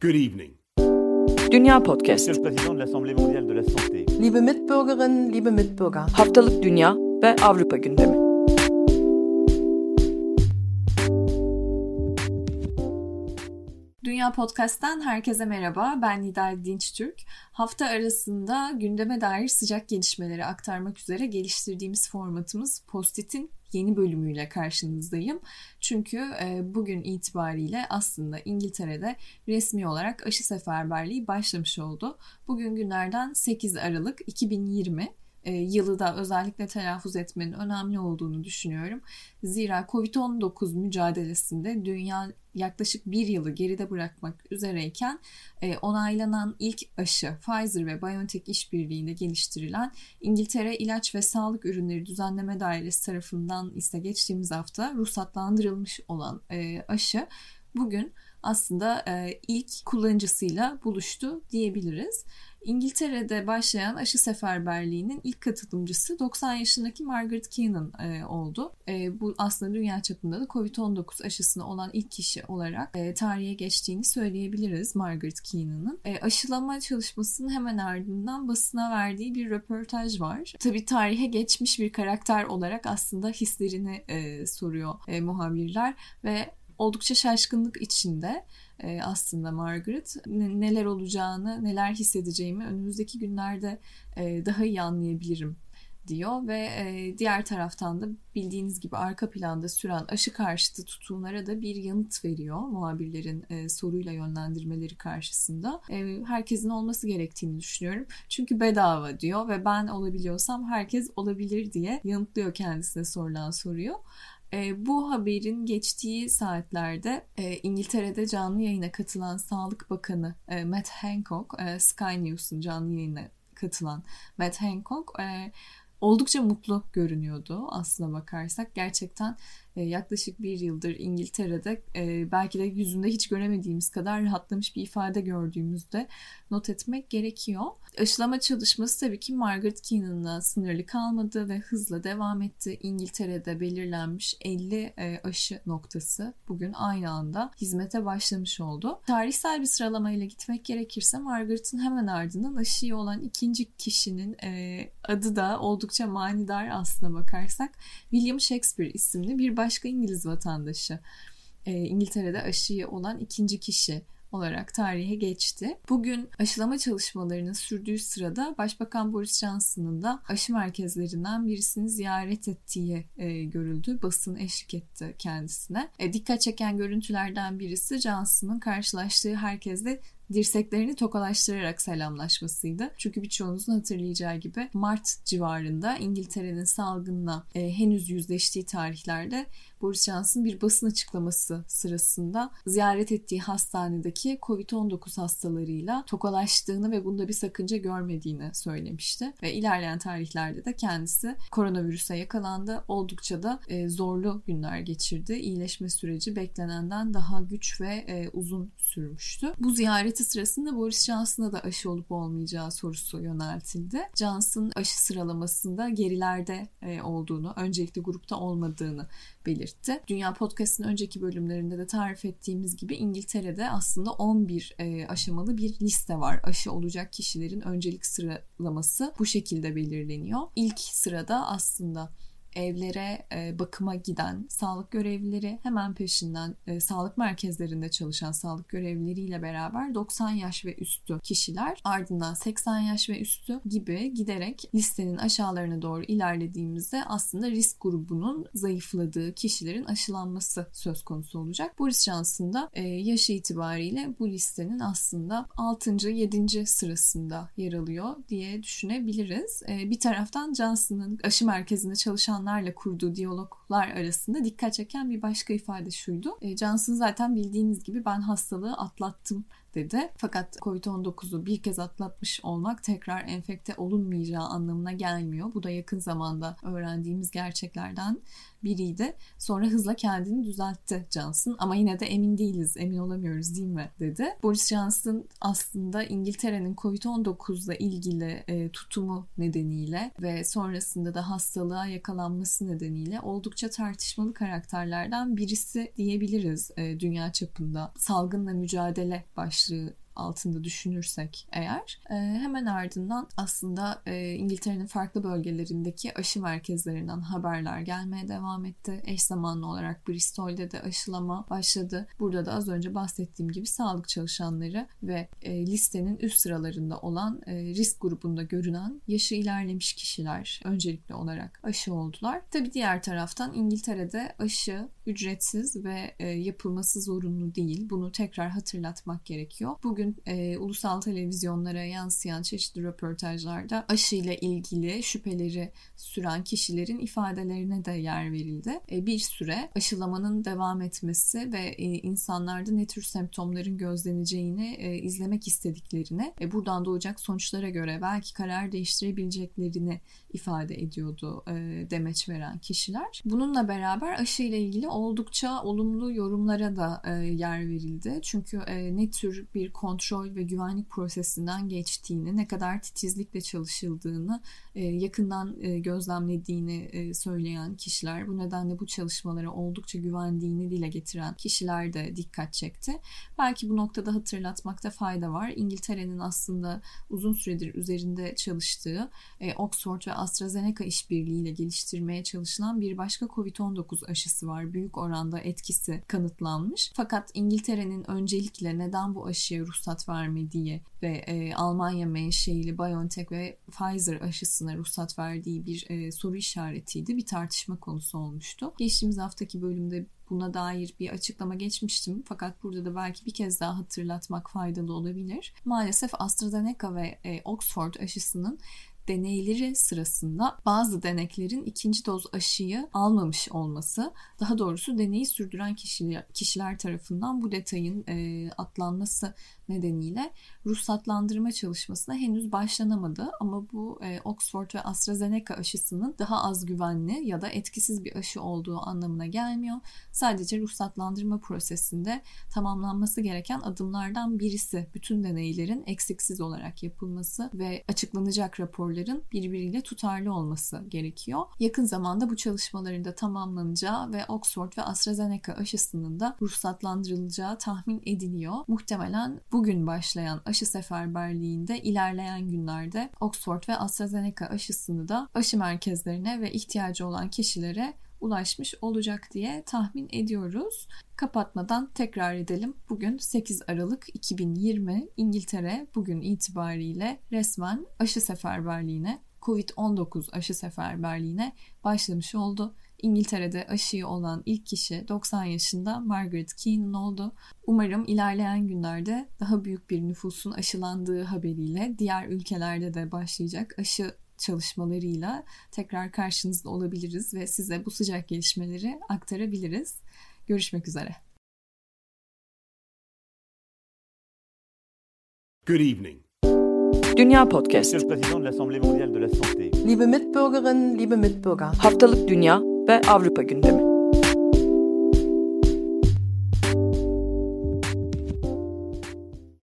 Good evening. Dünya Podcast. Monsieur le Président de l'Assemblée mondiale de la Santé. Liebe Mitbürgerinnen, liebe Mitbürger. Haftalık Dünya ve Avrupa gündemi. Dünya Podcast'ten herkese merhaba. Ben Nidal Dinçtürk. Hafta arasında gündeme dair sıcak gelişmeleri aktarmak üzere geliştirdiğimiz formatımız Post-it'in yeni bölümüyle karşınızdayım. Çünkü bugün itibariyle aslında İngiltere'de resmi olarak aşı seferberliği başlamış oldu. Bugün günlerden 8 Aralık 2020. Yılı da özellikle telaffuz etmenin önemli olduğunu düşünüyorum. Zira Covid-19 mücadelesinde dünya yaklaşık bir yılı geride bırakmak üzereyken onaylanan ilk aşı Pfizer ve BioNTech işbirliğinde geliştirilen İngiltere İlaç ve Sağlık Ürünleri Düzenleme Dairesi tarafından ise geçtiğimiz hafta ruhsatlandırılmış olan aşı bugün aslında ilk kullanıcısıyla buluştu diyebiliriz. İngiltere'de başlayan aşı seferberliğinin ilk katılımcısı 90 yaşındaki Margaret Keenan oldu. Bu aslında dünya çapında da Covid-19 aşısına olan ilk kişi olarak tarihe geçtiğini söyleyebiliriz Margaret Keenan'ın. Aşılama çalışmasının hemen ardından basına verdiği bir röportaj var. Tabii tarihe geçmiş bir karakter olarak aslında hislerini soruyor muhabirler ve oldukça şaşkınlık içinde aslında Margaret neler olacağını, neler hissedeceğimi önümüzdeki günlerde daha iyi anlayabilirim diyor ve diğer taraftan da bildiğiniz gibi arka planda süren aşı karşıtı tutumlara da bir yanıt veriyor muhabirlerin soruyla yönlendirmeleri karşısında. Herkesin olması gerektiğini düşünüyorum. Çünkü bedava diyor ve ben olabiliyorsam herkes olabilir diye yanıtlıyor kendisine sorulan soruyu. Bu haberin geçtiği saatlerde İngiltere'de canlı yayına katılan Sağlık Bakanı Matt Hancock, Sky News'un canlı yayına katılan Matt Hancock oldukça mutlu görünüyordu aslına bakarsak. Gerçekten yaklaşık bir yıldır İngiltere'de belki de yüzünde hiç göremediğimiz kadar rahatlamış bir ifade gördüğümüzde not etmek gerekiyor. Aşılama çalışması tabii ki Margaret Keenan'la sınırlı kalmadı ve hızla devam etti. İngiltere'de belirlenmiş 50 aşı noktası bugün aynı anda hizmete başlamış oldu. Tarihsel bir sıralamayla gitmek gerekirse Margaret'ın hemen ardından aşıyı olan ikinci kişinin adı da oldukça manidar aslına bakarsak. William Shakespeare isimli bir başka İngiliz vatandaşı. İngiltere'de aşıyı olan ikinci kişi olarak tarihe geçti. Bugün aşılama çalışmalarının sürdüğü sırada Başbakan Boris Johnson'ın da aşı merkezlerinden birisini ziyaret ettiği görüldü. Basın eşlik etti kendisine. Dikkat çeken görüntülerden birisi Johnson'ın karşılaştığı herkesle dirseklerini tokalaştırarak selamlaşmasıydı. Çünkü birçoğunuzun hatırlayacağı gibi Mart civarında İngiltere'nin salgınla henüz yüzleştiği tarihlerde Boris Johnson bir basın açıklaması sırasında ziyaret ettiği hastanedeki Covid-19 hastalarıyla tokalaştığını ve bunda bir sakınca görmediğini söylemişti. Ve ilerleyen tarihlerde de kendisi koronavirüse yakalandı. Oldukça da zorlu günler geçirdi. İyileşme süreci beklenenden daha güç ve uzun sürmüştü. Bu ziyareti sırasında Boris Johnson'a da aşı olup olmayacağı sorusu yöneltildi. Johnson aşı sıralamasında gerilerde olduğunu, öncelikli grupta olmadığını belirtti. Dünya Podcast'ın önceki bölümlerinde de tarif ettiğimiz gibi İngiltere'de aslında 11 aşamalı bir liste var. Aşı olacak kişilerin öncelik sıralaması bu şekilde belirleniyor. İlk sırada aslında evlere bakıma giden sağlık görevlileri, hemen peşinden sağlık merkezlerinde çalışan sağlık görevlileriyle beraber 90 yaş ve üstü kişiler, ardından 80 yaş ve üstü gibi giderek listenin aşağılarına doğru ilerlediğimizde aslında risk grubunun zayıfladığı kişilerin aşılanması söz konusu olacak. Boris Johnson da yaşı itibariyle bu listenin aslında 6. 7. sırasında yer alıyor diye düşünebiliriz. Bir taraftan Johnson'ın aşı merkezinde çalışan kurduğu diyaloglar arasında dikkat çeken bir başka ifade şuydu. Johnson zaten bildiğiniz gibi ben hastalığı atlattım dedi. Fakat Covid-19'u bir kez atlatmış olmak tekrar enfekte olunmayacağı anlamına gelmiyor. Bu da yakın zamanda öğrendiğimiz gerçeklerden biriydi. Sonra hızla kendini düzeltti Johnson ama yine de emin değiliz, emin olamıyoruz değil mi dedi. Boris Johnson aslında İngiltere'nin Covid-19'la ilgili tutumu nedeniyle ve sonrasında da hastalığa yakalanması nedeniyle oldukça tartışmalı karakterlerden birisi diyebiliriz dünya çapında. Salgınla mücadele başlığı altında düşünürsek eğer. Hemen ardından aslında İngiltere'nin farklı bölgelerindeki aşı merkezlerinden haberler gelmeye devam etti. Eş zamanlı olarak Bristol'de de aşılama başladı. Burada da az önce bahsettiğim gibi sağlık çalışanları ve listenin üst sıralarında olan risk grubunda görünen yaşı ilerlemiş kişiler öncelikli olarak aşı oldular. Tabii diğer taraftan İngiltere'de aşı ücretsiz ve yapılması zorunlu değil. Bunu tekrar hatırlatmak gerekiyor. Bugün ulusal televizyonlara yansıyan çeşitli röportajlarda aşı ile ilgili şüpheleri süren kişilerin ifadelerine de yer verildi. Bir süre aşılamanın devam etmesi ve insanlarda ne tür semptomların gözleneceğini izlemek istediklerini, buradan doğacak sonuçlara göre belki karar değiştirebileceklerini ifade ediyordu demeç veren kişiler. Bununla beraber aşı ile ilgili oldukça olumlu yorumlara da yer verildi. Çünkü ne tür bir kontrol ve güvenlik prosesinden geçtiğini, ne kadar titizlikle çalışıldığını yakından gözlemlediğini söyleyen kişiler, bu nedenle bu çalışmalara oldukça güvendiğini dile getiren kişiler de dikkat çekti. Belki bu noktada hatırlatmakta fayda var. İngiltere'nin aslında uzun süredir üzerinde çalıştığı Oxford ve AstraZeneca işbirliğiyle geliştirmeye çalışılan bir başka Covid-19 aşısı var. Büyük oranda etkisi kanıtlanmış. Fakat İngiltere'nin öncelikle neden bu aşıya ruhsat vermediği ve Almanya menşeili BioNTech ve Pfizer aşısına ruhsat verdiği bir soru işaretiydi. Bir tartışma konusu olmuştu. Geçtiğimiz haftaki bölümde buna dair bir açıklama geçmiştim. Fakat burada da belki bir kez daha hatırlatmak faydalı olabilir. Maalesef AstraZeneca ve Oxford aşısının deneyleri sırasında bazı deneklerin ikinci doz aşıyı almamış olması, daha doğrusu deneyi sürdüren kişiler tarafından bu detayın atlanması nedeniyle ruhsatlandırma çalışmasına henüz başlanamadı. Ama bu Oxford ve AstraZeneca aşısının daha az güvenli ya da etkisiz bir aşı olduğu anlamına gelmiyor. Sadece ruhsatlandırma prosesinde tamamlanması gereken adımlardan birisi bütün deneylerin eksiksiz olarak yapılması ve açıklanacak raporların birbiriyle tutarlı olması gerekiyor. Yakın zamanda bu çalışmaların da tamamlanacağı ve Oxford ve AstraZeneca aşısının da ruhsatlandırılacağı tahmin ediliyor. Muhtemelen bugün başlayan aşı seferberliğinde ilerleyen günlerde Oxford ve AstraZeneca aşısını da aşı merkezlerine ve ihtiyacı olan kişilere ulaşmış olacak diye tahmin ediyoruz. Kapatmadan tekrar edelim. Bugün 8 Aralık 2020, İngiltere bugün itibariyle resmen aşı seferberliğine, Covid-19 aşı seferberliğine başlamış oldu. İngiltere'de aşıyı olan ilk kişi 90 yaşında Margaret Keenan oldu. Umarım ilerleyen günlerde daha büyük bir nüfusun aşılandığı haberiyle diğer ülkelerde de başlayacak aşı çalışmalarıyla tekrar karşınızda olabiliriz ve size bu sıcak gelişmeleri aktarabiliriz. Görüşmek üzere. Good evening. Dünya Podcast. Monsieur le Président de l'Assemblée mondiale de la santé. Liebe Mitbürgerinnen, liebe Mitbürger. Haftalık Dünya ve Avrupa gündemi.